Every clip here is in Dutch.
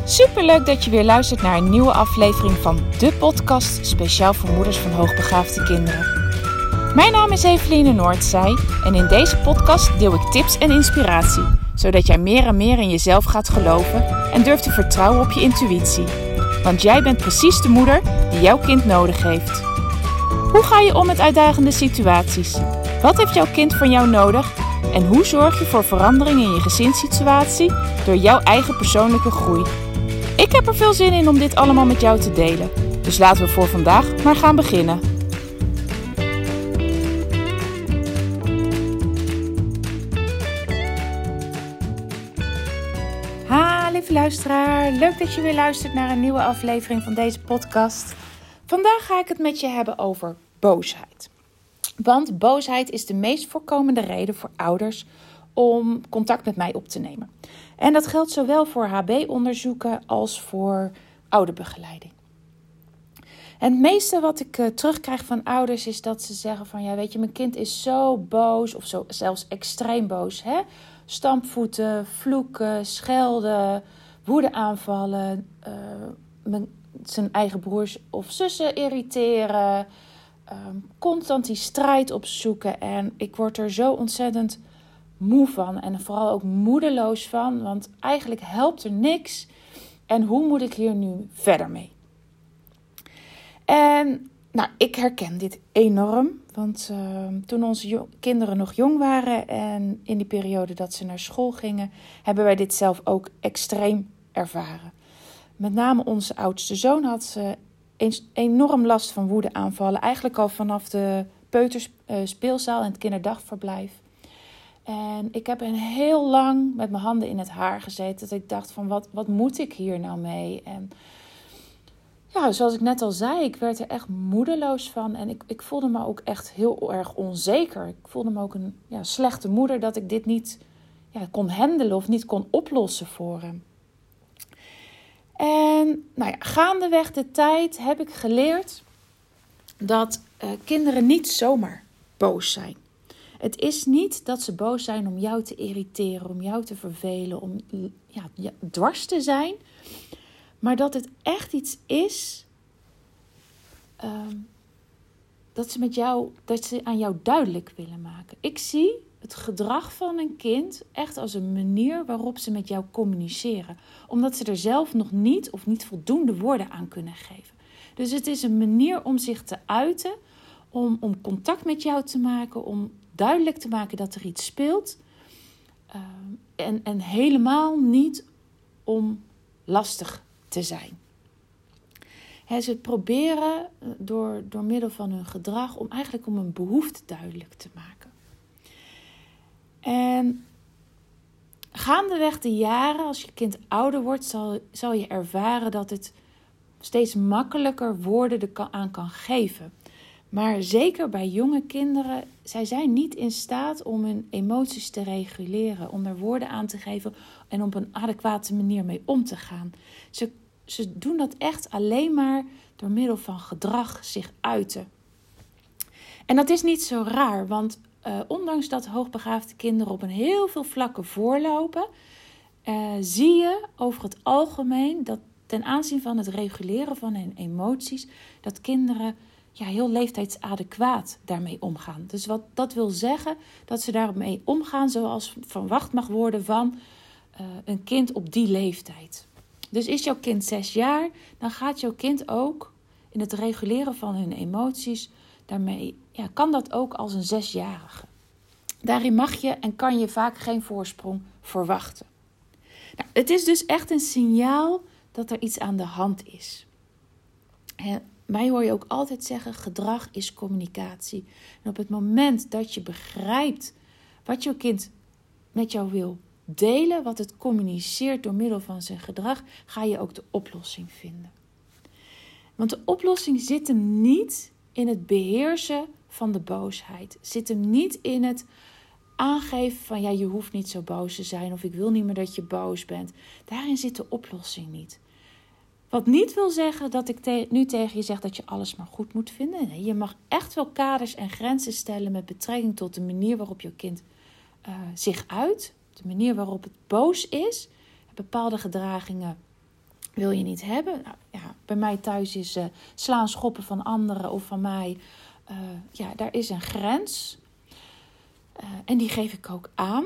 Superleuk dat je weer luistert naar een nieuwe aflevering van de podcast speciaal voor moeders van hoogbegaafde kinderen. Mijn naam is Eveline Noordzij en in deze podcast deel ik tips en inspiratie, zodat jij meer en meer in jezelf gaat geloven en durft te vertrouwen op je intuïtie. Want jij bent precies de moeder die jouw kind nodig heeft. Hoe ga je om met uitdagende situaties? Wat heeft jouw kind van jou nodig? En hoe zorg je voor verandering in je gezinssituatie door jouw eigen persoonlijke groei? Ik heb er veel zin in om dit allemaal met jou te delen. Dus laten we voor vandaag maar gaan beginnen. Ha, lieve luisteraar. Leuk dat je weer luistert naar een nieuwe aflevering van deze podcast. Vandaag ga ik het met je hebben over boosheid. Want boosheid is de meest voorkomende reden voor ouders om contact met mij op te nemen. En dat geldt zowel voor HB-onderzoeken als voor ouderbegeleiding. En het meeste wat ik terugkrijg van ouders is dat ze zeggen van... ja, weet je, mijn kind is zo boos of zo, zelfs extreem boos. Hè? Stampvoeten, vloeken, schelden, woedeaanvallen, zijn eigen broers of zussen irriteren... constant die strijd opzoeken en ik word er zo ontzettend moe van en vooral ook moedeloos van, want eigenlijk helpt er niks. En hoe moet ik hier nu verder mee? En nou, ik herken dit enorm, want toen onze kinderen nog jong waren en in die periode dat ze naar school gingen, hebben wij dit zelf ook extreem ervaren. Met name onze oudste zoon had enorm last van woedeaanvallen. Eigenlijk al vanaf de peuterspeelzaal en het kinderdagverblijf. En ik heb heel lang met mijn handen in het haar gezeten. Dat ik dacht van wat moet ik hier nou mee? En ja, zoals ik net al zei, ik werd er echt moedeloos van. En ik voelde me ook echt heel erg onzeker. Ik voelde me ook een slechte moeder dat ik dit niet kon handelen of niet kon oplossen voor hem. En gaandeweg de tijd heb ik geleerd dat kinderen niet zomaar boos zijn. Het is niet dat ze boos zijn om jou te irriteren, om jou te vervelen, om dwars te zijn. Maar dat het echt iets is dat ze aan jou duidelijk willen maken. Ik zie het gedrag van een kind echt als een manier waarop ze met jou communiceren. Omdat ze er zelf nog niet of niet voldoende woorden aan kunnen geven. Dus het is een manier om zich te uiten, om contact met jou te maken, om duidelijk te maken dat er iets speelt. En helemaal niet om lastig te zijn. Ze proberen door middel van hun gedrag om een behoefte duidelijk te maken. En gaandeweg de jaren, als je kind ouder wordt, zal je ervaren dat het steeds makkelijker woorden aan kan geven. Maar zeker bij jonge kinderen, zij zijn niet in staat om hun emoties te reguleren, om er woorden aan te geven en op een adequate manier mee om te gaan. Ze doen dat echt alleen maar door middel van gedrag zich uiten. En dat is niet zo raar, want ondanks dat hoogbegaafde kinderen op een heel veel vlakken voorlopen, zie je over het algemeen dat ten aanzien van het reguleren van hun emoties, dat kinderen heel leeftijdsadequaat daarmee omgaan. Dus wat dat wil zeggen, dat ze daarmee omgaan zoals verwacht mag worden van een kind op die leeftijd. Dus is jouw kind 6 jaar, dan gaat jouw kind ook in het reguleren van hun emoties daarmee, kan dat ook als een 6-jarige. Daarin mag je en kan je vaak geen voorsprong verwachten. Nou, het is dus echt een signaal dat er iets aan de hand is. Mij hoor je ook altijd zeggen, gedrag is communicatie. En op het moment dat je begrijpt wat jouw kind met jou wil delen, wat het communiceert door middel van zijn gedrag, ga je ook de oplossing vinden. Want de oplossing zit hem niet in het beheersen van de boosheid. Zit hem niet in het aangeven van je hoeft niet zo boos te zijn of ik wil niet meer dat je boos bent. Daarin zit de oplossing niet. Wat niet wil zeggen dat ik nu tegen je zeg dat je alles maar goed moet vinden. Nee, je mag echt wel kaders en grenzen stellen met betrekking tot de manier waarop je kind zich uit. De manier waarop het boos is. Bepaalde gedragingen wil je niet hebben. Nou, ja, bij mij thuis is slaan, schoppen van anderen of van mij. Daar is een grens. En die geef ik ook aan.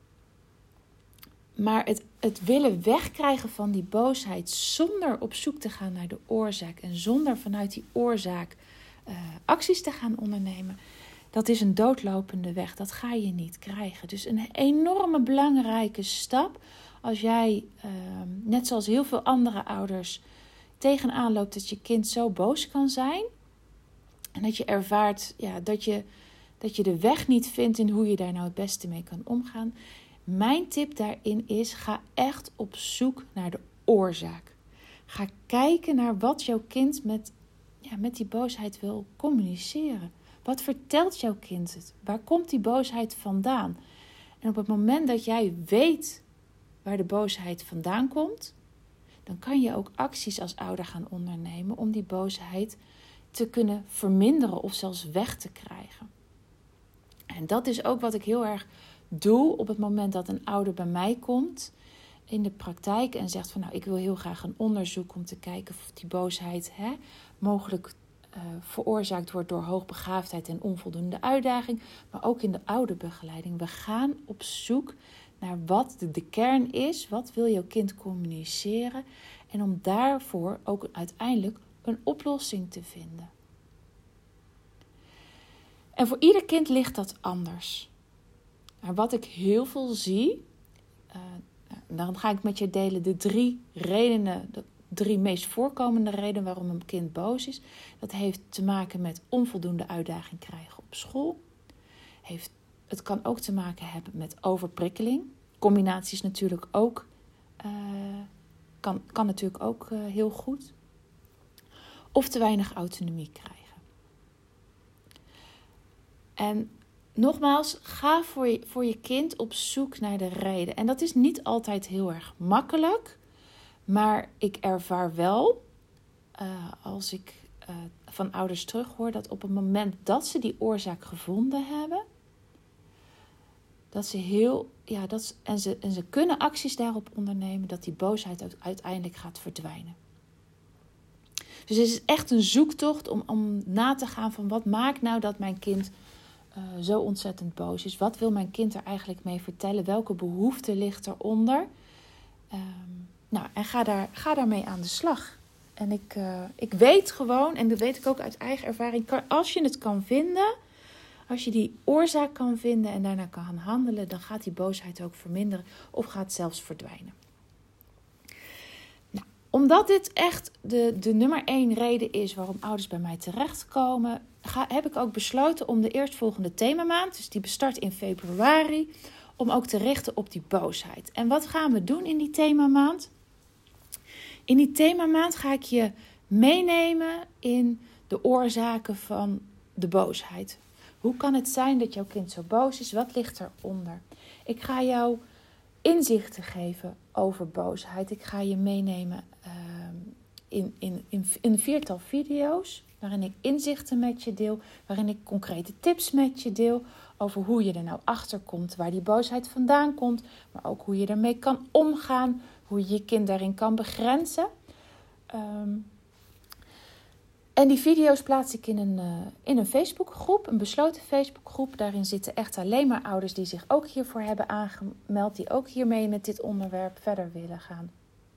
Maar het willen wegkrijgen van die boosheid zonder op zoek te gaan naar de oorzaak en zonder vanuit die oorzaak acties te gaan ondernemen, dat is een doodlopende weg. Dat ga je niet krijgen. Dus een enorme belangrijke stap als jij, net zoals heel veel andere ouders, tegenaan loopt dat je kind zo boos kan zijn. En dat je ervaart dat je de weg niet vindt in hoe je daar nou het beste mee kan omgaan. Mijn tip daarin is, ga echt op zoek naar de oorzaak. Ga kijken naar wat jouw kind met die boosheid wil communiceren. Wat vertelt jouw kind het? Waar komt die boosheid vandaan? En op het moment dat jij weet waar de boosheid vandaan komt, dan kan je ook acties als ouder gaan ondernemen om die boosheid te kunnen verminderen of zelfs weg te krijgen. En dat is ook wat ik heel erg doe op het moment dat een ouder bij mij komt in de praktijk en zegt van ik wil heel graag een onderzoek om te kijken of die boosheid mogelijk veroorzaakt wordt door hoogbegaafdheid en onvoldoende uitdaging, maar ook in de ouderbegeleiding. We gaan op zoek naar wat de kern is, wat wil jouw kind communiceren en om daarvoor ook uiteindelijk een oplossing te vinden. En voor ieder kind ligt dat anders. Maar wat ik heel veel zie, dan ga ik met je delen de 3 redenen, de 3 meest voorkomende redenen waarom een kind boos is. Dat heeft te maken met onvoldoende uitdaging krijgen op school. Het kan ook te maken hebben met overprikkeling. Combinaties natuurlijk ook, kan natuurlijk ook heel goed. Of te weinig autonomie krijgen. En nogmaals, ga voor je kind op zoek naar de reden. En dat is niet altijd heel erg makkelijk. Maar ik ervaar wel, als ik van ouders terughoor, dat op het moment dat ze die oorzaak gevonden hebben, dat ze en ze kunnen acties daarop ondernemen, dat die boosheid uiteindelijk gaat verdwijnen. Dus het is echt een zoektocht om na te gaan van wat maakt nou dat mijn kind zo ontzettend boos is. Wat wil mijn kind er eigenlijk mee vertellen? Welke behoefte ligt eronder? En ga daarmee aan de slag. En ik weet gewoon, en dat weet ik ook uit eigen ervaring, als je het kan vinden, als je die oorzaak kan vinden en daarna kan handelen, dan gaat die boosheid ook verminderen of gaat zelfs verdwijnen. Nou, omdat dit echt de nummer 1 reden is waarom ouders bij mij terechtkomen, heb ik ook besloten om de eerstvolgende themamaand, dus die bestart in februari, om ook te richten op die boosheid. En wat gaan we doen in die themamaand? In die themamaand ga ik je meenemen in de oorzaken van de boosheid. Hoe kan het zijn dat jouw kind zo boos is? Wat ligt eronder? Ik ga jou inzichten geven over boosheid. Ik ga je meenemen in een 4-tal video's, waarin ik inzichten met je deel, waarin ik concrete tips met je deel over hoe je er nou achter komt, waar die boosheid vandaan komt, maar ook hoe je ermee kan omgaan, hoe je je kind daarin kan begrenzen. En die video's plaats ik in een Facebookgroep, een besloten Facebookgroep. Daarin zitten echt alleen maar ouders die zich ook hiervoor hebben aangemeld, die ook hiermee met dit onderwerp verder willen gaan.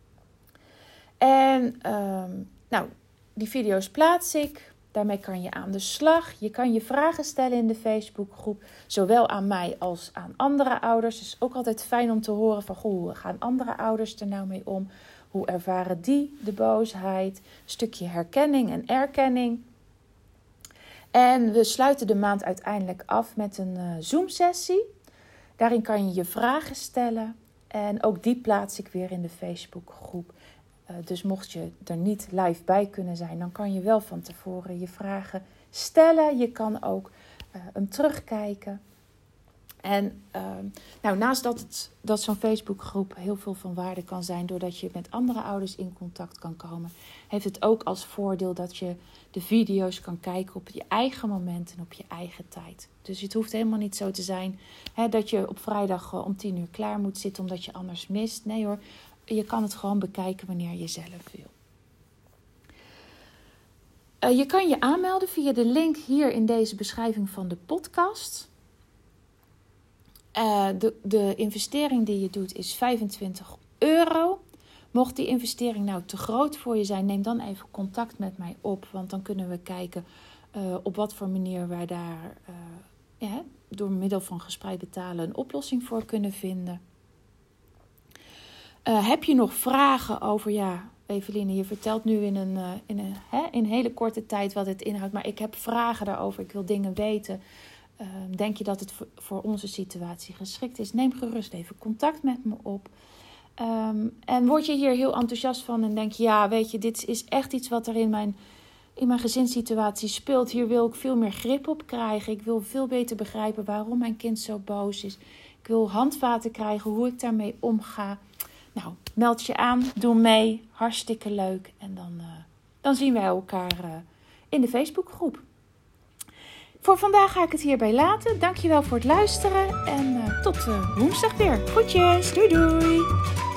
En die video's plaats ik. Daarmee kan je aan de slag. Je kan je vragen stellen in de Facebookgroep. Zowel aan mij als aan andere ouders. Het is ook altijd fijn om te horen van hoe gaan andere ouders er nou mee om? Hoe ervaren die de boosheid? Een stukje herkenning en erkenning. En we sluiten de maand uiteindelijk af met een Zoom-sessie. Daarin kan je je vragen stellen. En ook die plaats ik weer in de Facebookgroep. Dus mocht je er niet live bij kunnen zijn, dan kan je wel van tevoren je vragen stellen. Je kan ook hem terugkijken. En naast dat zo'n Facebookgroep heel veel van waarde kan zijn, doordat je met andere ouders in contact kan komen, heeft het ook als voordeel dat je de video's kan kijken op je eigen moment en op je eigen tijd. Dus het hoeft helemaal niet zo te zijn dat je op vrijdag om 10:00 klaar moet zitten omdat je anders mist. Nee hoor. je kan het gewoon bekijken wanneer je zelf wil. Je kan je aanmelden via de link hier in deze beschrijving van de podcast. De investering die je doet is €25. Mocht die investering nou te groot voor je zijn, neem dan even contact met mij op. Want dan kunnen we kijken op wat voor manier wij daar door middel van gespreid betalen een oplossing voor kunnen vinden. Heb je nog vragen over, Eveline, je vertelt nu in een hele korte tijd wat het inhoudt. Maar ik heb vragen daarover, ik wil dingen weten. Denk je dat het voor onze situatie geschikt is? Neem gerust even contact met me op. En word je hier heel enthousiast van en denk je, weet je, dit is echt iets wat er in mijn gezinssituatie speelt. Hier wil ik veel meer grip op krijgen. Ik wil veel beter begrijpen waarom mijn kind zo boos is. Ik wil handvaten krijgen hoe ik daarmee omga. Nou, meld je aan, doe mee. Hartstikke leuk. En dan zien wij elkaar in de Facebookgroep. Voor vandaag ga ik het hierbij laten. Dankjewel voor het luisteren en tot woensdag weer. Groetjes, doei doei!